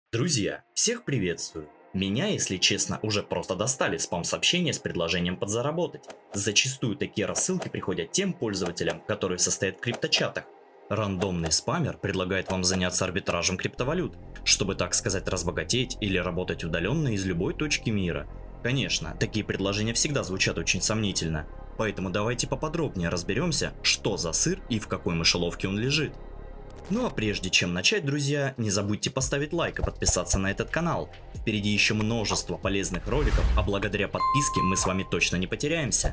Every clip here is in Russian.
Друзья, всех приветствую! Меня, если честно, уже просто достали спам-сообщения с предложением подзаработать. Зачастую такие рассылки приходят тем пользователям, которые состоят в крипточатах. Рандомный спамер предлагает вам заняться арбитражем криптовалют, чтобы, так сказать, разбогатеть или работать удаленно из любой точки мира. Конечно, такие предложения всегда звучат очень сомнительно, поэтому давайте поподробнее разберемся, что за сыр и в какой мышеловке он лежит. Ну а прежде чем начать, друзья, не забудьте поставить лайк и подписаться на этот канал. Впереди еще множество полезных роликов, а благодаря подписке мы с вами точно не потеряемся.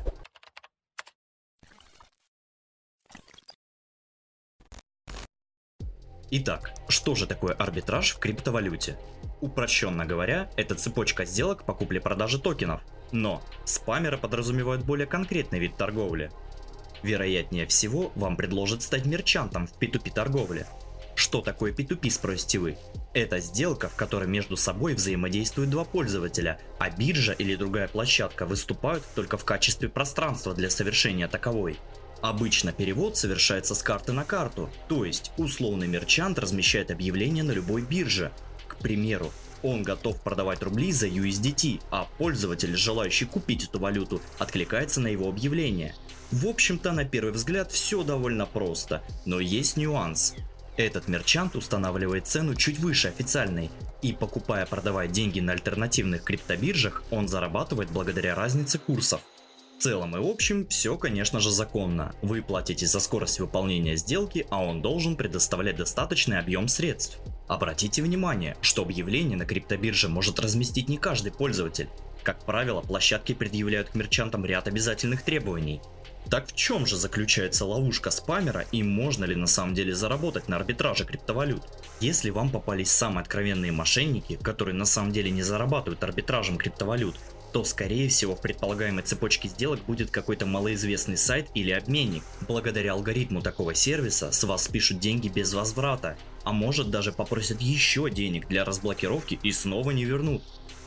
Итак, что же такое арбитраж в криптовалюте? Упрощенно говоря, это цепочка сделок по купле-продаже токенов. Но спамеры подразумевают более конкретный вид торговли. Вероятнее всего, вам предложат стать мерчантом в P2P торговле. Что такое P2P, спросите вы? Это сделка, в которой между собой взаимодействуют два пользователя, а биржа или другая площадка выступают только в качестве пространства для совершения таковой. Обычно перевод совершается с карты на карту, то есть условный мерчант размещает объявление на любой бирже. К примеру, он готов продавать рубли за USDT, а пользователь, желающий купить эту валюту, откликается на его объявление. В общем-то, на первый взгляд все довольно просто, но есть нюанс. Этот мерчант устанавливает цену чуть выше официальной, и покупая-продавая деньги на альтернативных криптобиржах, он зарабатывает благодаря разнице курсов. В целом и в общем, все, конечно же, законно. Вы платите за скорость выполнения сделки, а он должен предоставлять достаточный объем средств. Обратите внимание, что объявление на криптобирже может разместить не каждый пользователь. Как правило, площадки предъявляют к мерчантам ряд обязательных требований. Так в чем же заключается ловушка спамера и можно ли на самом деле заработать на арбитраже криптовалют? Если вам попались самые откровенные мошенники, которые на самом деле не зарабатывают арбитражем криптовалют, то скорее всего в предполагаемой цепочке сделок будет какой-то малоизвестный сайт или обменник. Благодаря алгоритму такого сервиса с вас спишут деньги без возврата, а может даже попросят еще денег для разблокировки и снова не вернут.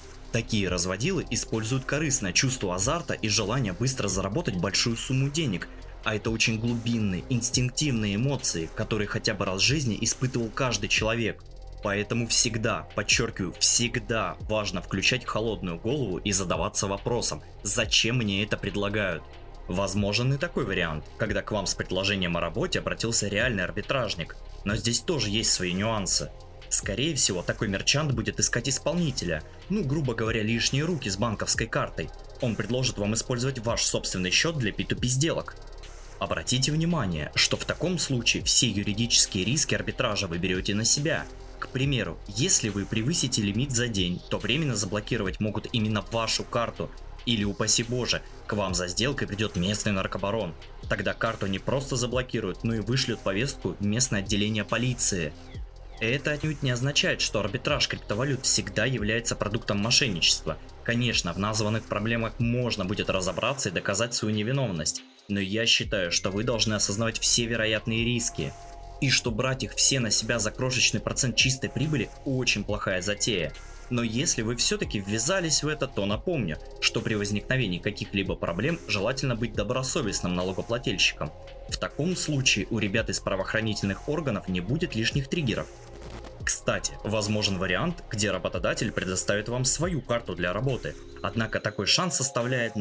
Такие разводилы используют корыстное чувство азарта и желание быстро заработать большую сумму денег, а это очень глубинные, инстинктивные эмоции, которые хотя бы раз в жизни испытывал каждый человек. Поэтому всегда, подчеркиваю, всегда важно включать холодную голову и задаваться вопросом, зачем мне это предлагают. Возможен и такой вариант, когда к вам с предложением о работе обратился реальный арбитражник, но здесь тоже есть свои нюансы. Скорее всего, такой мерчант будет искать исполнителя, грубо говоря, лишние руки с банковской картой. Он предложит вам использовать ваш собственный счет для P2P сделок. Обратите внимание, что в таком случае все юридические риски арбитража вы берете на себя. К примеру, если вы превысите лимит за день, то временно заблокировать могут именно вашу карту. Или, упаси боже, к вам за сделкой придет местный наркобарон. Тогда карту не просто заблокируют, но и вышлют повестку в местное отделение полиции. Это отнюдь не означает, что арбитраж криптовалют всегда является продуктом мошенничества. Конечно, в названных проблемах можно будет разобраться и доказать свою невиновность, но я считаю, что вы должны осознавать все вероятные риски. И что брать их все на себя за крошечный процент чистой прибыли очень плохая затея. Но если вы все-таки ввязались в это, то напомню, что при возникновении каких-либо проблем желательно быть добросовестным налогоплательщиком. В таком случае у ребят из правоохранительных органов не будет лишних триггеров. Кстати, возможен вариант, где работодатель предоставит вам свою карту для работы, однако такой шанс составляет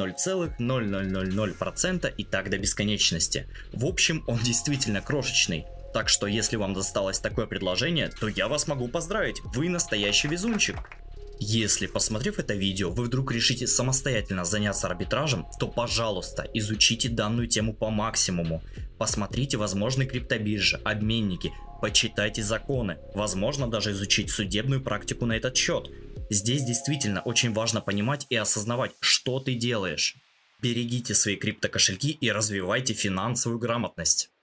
0,0000% и так до бесконечности. В общем, он действительно крошечный. Так что если вам досталось такое предложение, то я вас могу поздравить, вы настоящий везунчик. Если, посмотрев это видео, вы вдруг решите самостоятельно заняться арбитражем, то, пожалуйста, изучите данную тему по максимуму. Посмотрите возможные криптобиржи, обменники, почитайте законы, возможно даже изучить судебную практику на этот счет. Здесь действительно очень важно понимать и осознавать, что ты делаешь. Берегите свои криптокошельки и развивайте финансовую грамотность.